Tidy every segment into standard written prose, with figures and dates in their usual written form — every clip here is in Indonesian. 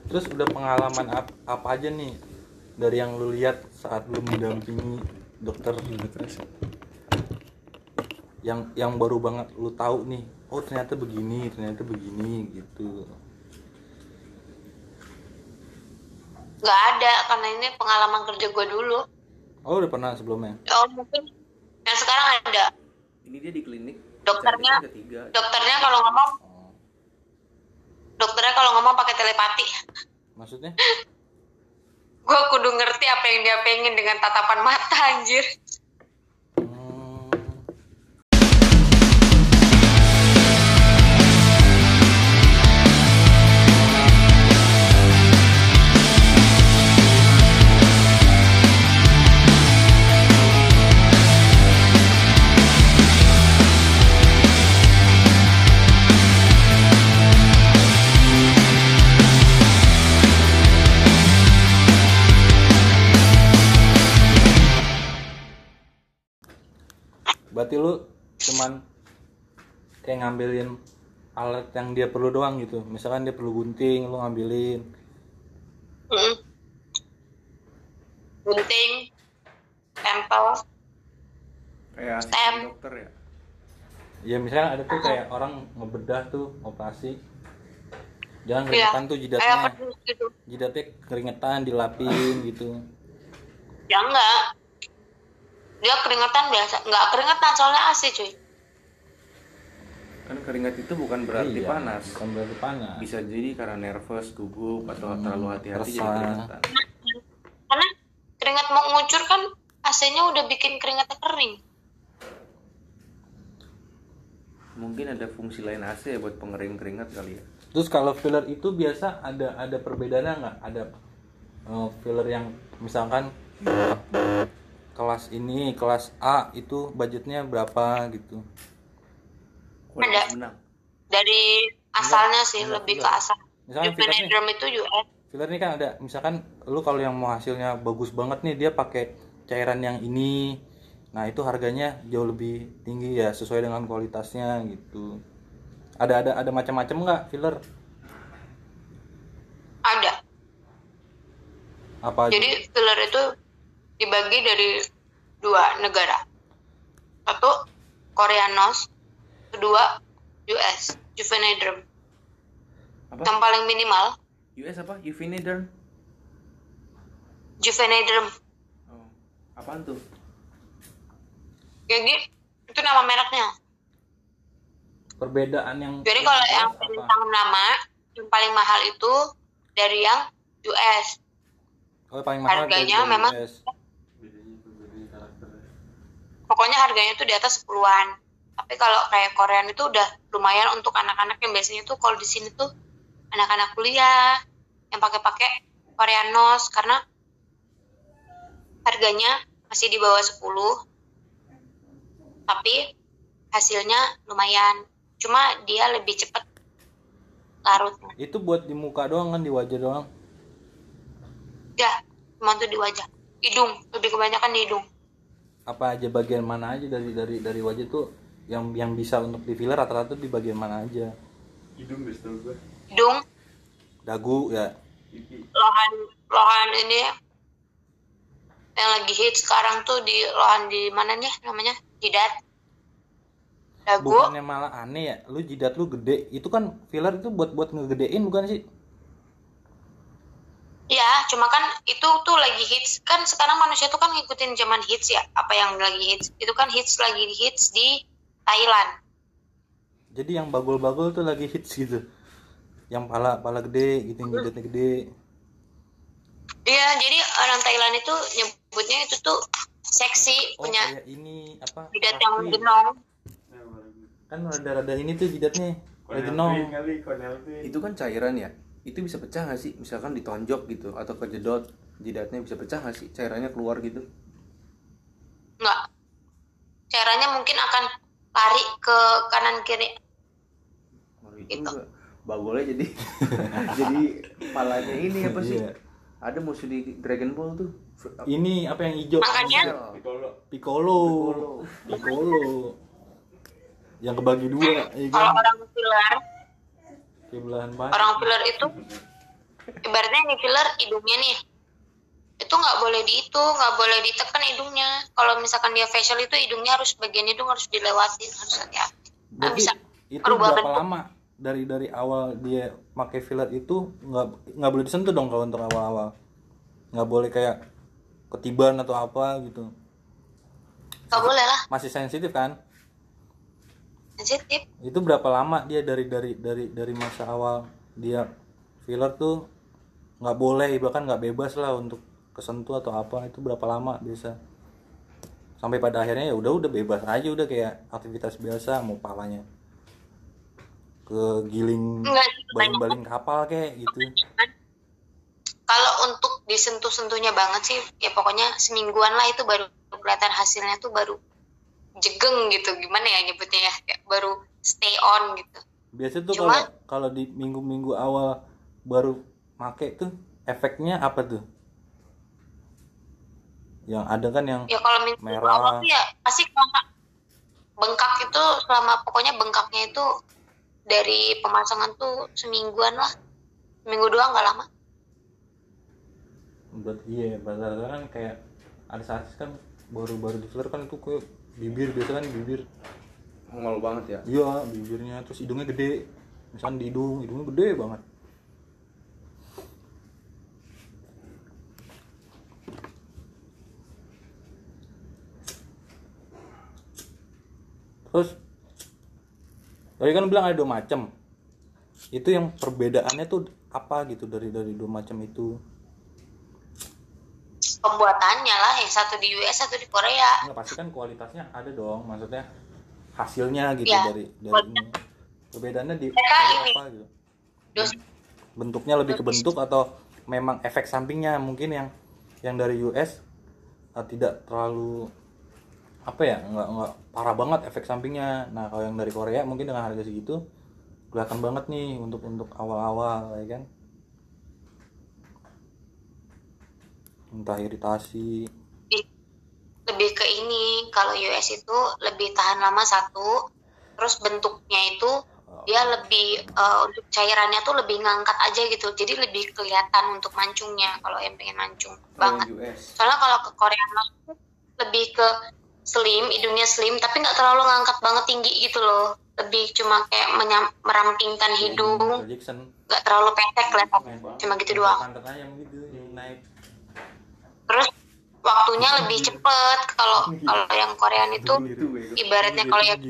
Terus udah pengalaman apa aja nih dari yang lu lihat saat lu mendampingi dokter yang baru banget lu tahu nih, oh ternyata begini gitu. Nggak ada, karena ini pengalaman kerja gue dulu. Oh udah pernah sebelumnya? Oh mungkin yang sekarang ada. Ini dia di klinik. Dokternya kalau ngomong pakai telepati. Maksudnya? Gue kudu ngerti apa yang dia pengen dengan tatapan mata, anjir. Berarti lu cuman kayak ngambilin alat yang dia perlu doang gitu. Misalkan dia perlu gunting, lu ngambilin. Gunting, stempel, kayak stem. dokter ya. Ya misalnya ada tuh kayak orang ngebedah tuh operasi. Jangan keringetan tuh jidatnya. Gitu. Jidatnya keringetan dilapin gitu. Ya enggak. Dia keringetan biasa, nggak keringetan soalnya AC cuy. Kan keringat itu bukan berarti panas. Bukan berarti panas. Bisa jadi karena nervous, gugup, atau terlalu hati-hati jadi keringetan. Karena keringat mau ngucur kan AC-nya udah bikin keringatnya kering. Mungkin ada fungsi lain AC ya buat pengering keringat kali ya. Terus kalau filler itu biasa ada perbedaannya nggak? Ada filler yang misalkan kelas ini, kelas A itu budgetnya berapa gitu? Ada. Dari asalnya sih, lebih ke asal. Juvenedrum itu US. Filler ini kan ada, misalkan lu kalau yang mau hasilnya bagus banget nih, dia pakai cairan yang ini. Nah, itu harganya jauh lebih tinggi ya, sesuai dengan kualitasnya gitu. Ada macam-macam nggak filler? Ada. Apa aja? Jadi filler itu dibagi dari 2 negara. Satu Koreanos, kedua US, Juvenedrum. Apa? Yang paling minimal US apa? Juvenedrum. Oh, apaan tuh? Jadi itu nama mereknya. Perbedaan yang Jadi kalau yang bintang nama yang paling mahal itu dari yang US. Oh, paling mahal harganya dari memang US. Pokoknya harganya tuh di atas 10-an. Tapi kalau kayak Korean itu udah lumayan untuk anak-anak yang biasanya tuh kalau di sini tuh anak-anak kuliah yang pakai Koreanos karena harganya masih di bawah 10. Tapi hasilnya lumayan. Cuma dia lebih cepat larutnya. Itu buat di muka doang kan, di wajah doang? Ya, cuma tuh di wajah. Hidung, lebih kebanyakan di hidung. Apa aja bagian mana aja dari wajah tuh yang bisa untuk di filler rata-rata di bagian mana aja? Hidung deh setahu gue. Hidung, dagu ya. lohan ini yang lagi hit sekarang tuh di lohan di mana nih namanya? Jidat. Dagu. Bukannya malah aneh ya, lu jidat lu gede, itu kan filler itu buat ngegedein bukan sih? Ya, cuma kan itu tuh lagi hits. Kan sekarang manusia tuh kan ngikutin zaman hits ya. Apa yang lagi hits. Itu kan lagi hits di Thailand. Jadi yang bagul-bagul tuh lagi hits gitu. Yang pala gede gitu, yang jidatnya gede. Iya, jadi orang Thailand itu nyebutnya itu tuh seksi, punya kayak ini apa? jidat yang genong. Kan rada-rada ini tuh jidatnya genong. Itu kan cairan ya? Itu bisa pecah nggak sih? Misalkan ditonjok gitu atau kejedot jidatnya bisa pecah nggak sih? Cairannya keluar gitu? Enggak. Cairannya mungkin akan lari ke kanan kiri. Itu bagolnya jadi jadi palanya ini apa sih? Iya. Ada musuh di Dragon Ball tuh. Ini apa yang hijau? Makanya Piccolo. Yang kebagi 2 ya kalau kan? orang filler Kayak belahan banyak. Orang filler itu ibaratnya nih filler hidungnya nih, itu nggak boleh ditekan hidungnya. Kalau misalkan dia facial itu hidungnya harus bagian hidung harus dilewatin, harus hati-hati. Nah, Berarti bisa itu merubah berapa bentuk. lama dari awal dia pakai filler itu nggak boleh disentuh dong kalau untuk awal-awal. Nggak boleh kayak ketiban atau apa gitu. Nggak boleh lah, Masih sensitif kan? sensitif. Itu berapa lama dia dari masa awal dia filler tuh nggak boleh, bahkan nggak bebas lah untuk kesentuh atau apa, itu berapa lama biasa? Sampai pada akhirnya ya udah bebas aja, udah kayak aktivitas biasa, mau palanya ke giling Enggak sih, baling-baling kapal kayak gitu. kalau untuk disentuh-sentuhnya banget sih ya pokoknya semingguan lah, itu baru kelihatan hasilnya tuh, baru jegeng gitu, gimana ya nyebutnya ya, kayak baru stay on gitu. Biasa tuh Cuma kalau di minggu-minggu awal baru make tuh efeknya apa tuh? Yang ada kan yang ya kalau minggu merah. awal tuh ya pasti selama bengkak itu, pokoknya bengkaknya itu dari pemasangan tuh semingguan lah, seminggu doang nggak lama. Buat iya, bahasa kan kayak artis-artis kan baru di filler kan itu kayak bibir, biasa kan bibir. Malu banget ya. Iya, bibirnya terus hidungnya gede. Misalnya di hidungnya gede banget. Terus tadi kan bilang ada 2 macam. Itu yang perbedaannya tuh apa gitu dari 2 macam itu? Pembuatannya lah, yang satu di US satu di Korea. Nggak, pasti kan kualitasnya ada dong, maksudnya hasilnya gitu Ya, dari ini. Perbedaannya di mereka dari ini apa gitu? dos Bentuknya lebih ke bentuk atau memang efek sampingnya mungkin yang dari US tidak terlalu apa ya, nggak parah banget efek sampingnya. Nah kalau yang dari Korea mungkin dengan harga segitu kelihatan banget nih untuk awal-awal ya kan, entah iritasi. lebih ke ini, kalau US itu lebih tahan lama satu, terus bentuknya itu dia lebih untuk cairannya tuh lebih ngangkat aja gitu, jadi lebih kelihatan untuk mancungnya kalau yang pengen mancung banget. US. Soalnya kalau ke Korea tuh lebih ke slim, hidungnya slim tapi nggak terlalu ngangkat banget tinggi gitu loh, lebih cuma kayak merampingkan hidung, Michael Jackson nggak terlalu pendek kelihatan, cuma gitu doang. pantat ayam gitu yang naik. Terus waktunya lebih cepet kalau yang Korean itu, ibaratnya kalau yang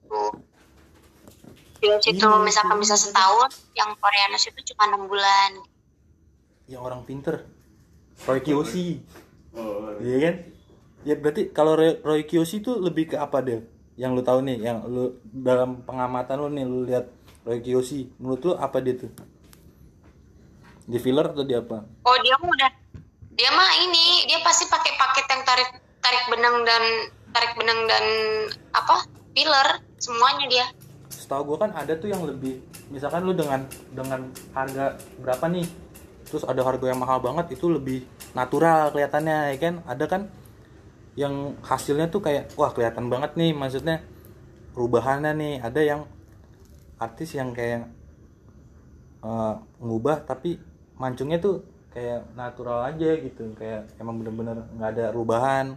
US itu misalkan bisa setahun, yang Koreanos itu cuma 6 bulan. Yang orang pinter Roy Kiyoshi, Oh, iya kan? Ya berarti kalau Roy Kiyoshi itu lebih ke apa deh? Yang lu tahu nih, yang lu dalam pengamatan lu nih, lu lihat Roy Kiyoshi, menurut lu apa dia tuh? Di filler atau di apa? Oh dia mah ini, dia pasti pakai paket yang tarik benang dan apa filler semuanya dia. Setahu gue kan ada tuh yang lebih, misalkan lu dengan harga berapa nih, terus ada harga yang mahal banget, itu lebih natural kelihatannya ya kan. Ada kan yang hasilnya tuh kayak wah kelihatan banget nih, maksudnya perubahannya nih. Ada yang artis yang kayak ngubah tapi mancungnya tuh kayak natural aja gitu, kayak emang bener-bener nggak ada perubahan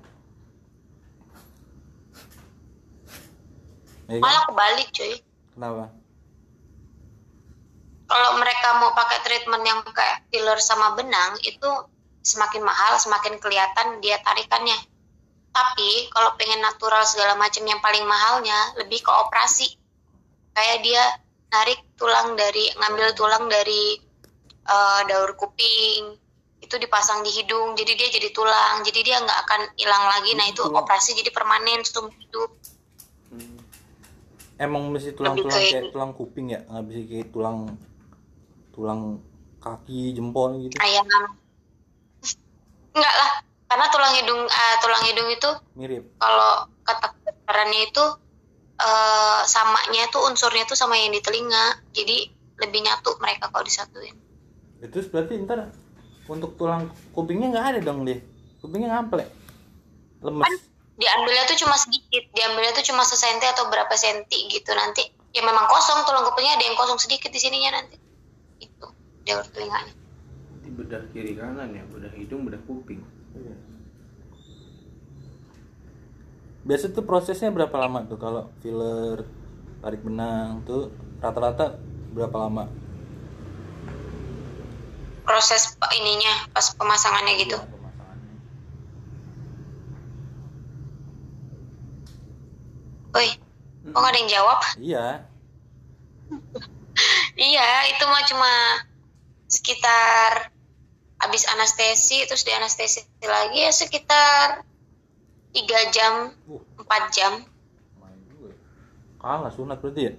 ya kan? Malah kebalik cuy, Kenapa? kalau mereka mau pakai treatment yang kayak filler sama benang itu semakin mahal, semakin kelihatan dia tarikannya. Tapi kalau pengen natural segala macam, yang paling mahalnya lebih ke operasi, kayak dia ngambil tulang dari daur kuping itu dipasang di hidung, jadi dia jadi tulang, jadi dia nggak akan hilang lagi. Nah itu operasi jadi permanen seumur hidup. Emang mesti tulang-tulang kayak tulang kuping ya, nggak bisa kayak tulang kaki, jempol gitu? Ayam enggak lah, karena tulang hidung itu Mirip. kalau kata kedokterannya itu samanya itu unsurnya itu sama yang di telinga, jadi lebih nyatu mereka kalau disatuin. Itu berarti ntar untuk tulang kupingnya nggak ada dong deh, kupingnya ngamplek, lemes. Kan diambilnya tuh cuma sedikit, diambilnya tuh cuma sesenti atau berapa senti gitu, nanti ya memang kosong tulang kupingnya, ada yang kosong sedikit di sininya nanti itu daur telinganya. bedah kiri kanan ya, bedah hidung, bedah kuping. Biasa tuh prosesnya berapa lama tuh kalau filler tarik benang tuh rata-rata berapa lama? Proses ininya pas pemasangannya gitu. Pemasangannya. Woi, kok nggak ada yang jawab? Iya. Iya, itu mah cuma sekitar habis anestesi, terus di anestesi lagi ya sekitar 3 jam, 4 jam. Main juga. Kalah sunat berarti ya?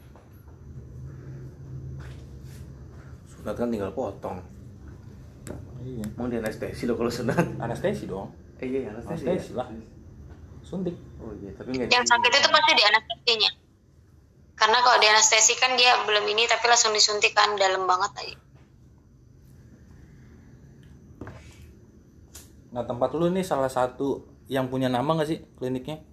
Sunat kan tinggal potong. Iya. Mau di anestesi lo kalau sunat? Anestesi dong. Iya, anestesi. Anestesi Ya? lah. Suntik. Oh iya, tapi nggak. Yang sakit itu pasti di anestesinya. Karena kalau di anestesi kan dia belum ini tapi langsung disuntik kan dalam banget aja. Nah tempat lu nih salah satu yang punya nama nggak sih kliniknya?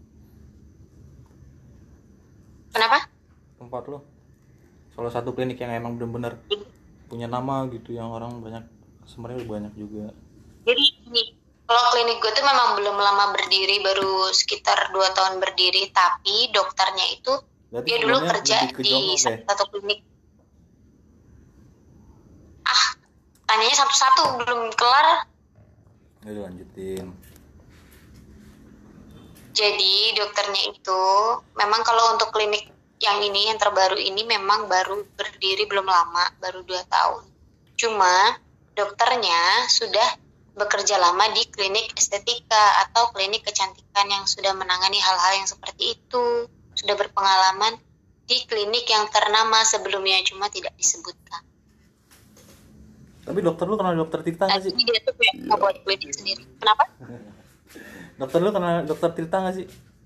Kenapa? Tempat lu salah satu klinik yang emang bener-bener punya nama gitu, yang orang banyak, sebenarnya banyak juga. Jadi ini, kalau klinik gue tuh memang belum lama berdiri, baru sekitar 2 tahun berdiri, tapi dokternya itu Berarti dia dulu sebelumnya kerja lebih ke di jongkok ya? satu klinik. Tanyanya satu-satu belum kelar. Ayo lanjutin. Jadi dokternya itu memang kalau untuk klinik yang ini, yang terbaru ini memang baru berdiri belum lama, baru 2 tahun. Cuma dokternya sudah bekerja lama di klinik estetika atau klinik kecantikan yang sudah menangani hal-hal yang seperti itu. Sudah berpengalaman di klinik yang ternama sebelumnya, cuma tidak disebutkan. Tapi dokter lu kenal dokter Tirta nggak sih? Jadi dia tuh kayak mau buat klinik sendiri. Kenapa? Dokter lu kenal dokter Tirta nggak sih?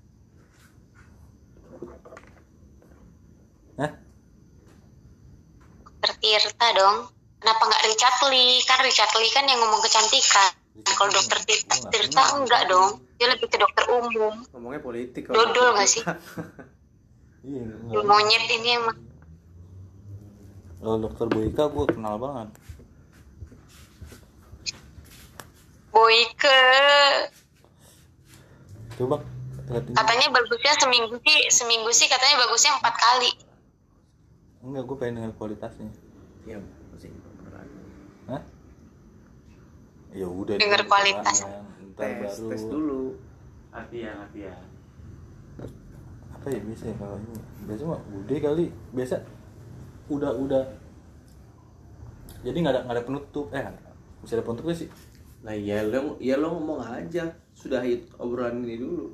Hah? Dokter Tirta dong. Kenapa nggak Richard Lee? Kan Richard Lee kan yang ngomong kecantikan. Kalau dokter Tirta enggak dong. Dia lebih ke dokter umum. Ngomongnya politik. Dodol nggak sih? Iya. Monyet ini emang. Kalau dokter Boyka gue kenal banget. Boyke. Coba lihat ini. Katanya bagusnya seminggu sih katanya bagusnya 4 kali. Enggak, gue pengen dengar kualitasnya. Iya, masih beneran. Hah? Ya udah. Dengar dulu, kualitas. Ntar baru. Tes dulu. Latihan. Apa ya biasa ya kalau ini? Biasa mah udah kali. Biasa udah. Jadi nggak ada penutup. Bisa ada penutupnya sih. Nah lo ngomong aja. Sudahi obrolan ini dulu.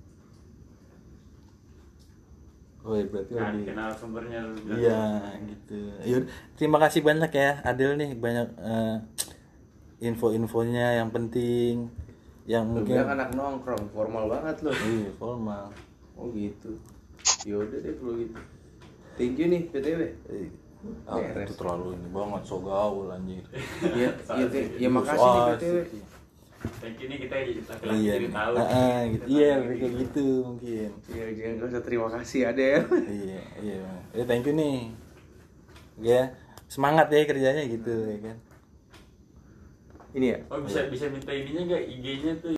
Oh ya berarti Kan lebih. kenal sumbernya lu. Iya gitu. Yaudah, terima kasih banyak ya Adil nih, banyak info-infonya yang penting, yang Lu mungkin. bilang anak nongkrong, formal banget lo. Iya formal. Oh gitu. Yaudah deh kalau gitu. Thank you nih PTW. Beres. Itu terlalu ini banget, so gaul anjir. Iya, ya makasih nih PTW. Thank you nih kita laki-laki Iya jadi nih. tahu. Gitu. Iya kayak gitu mungkin. Iya, jangan gak usah terima kasih ada ya. Iya. Thank you nih. Ya, semangat ya kerjanya gitu ya kan. Ini ya. Oh bisa minta ininya nggak IG-nya tuh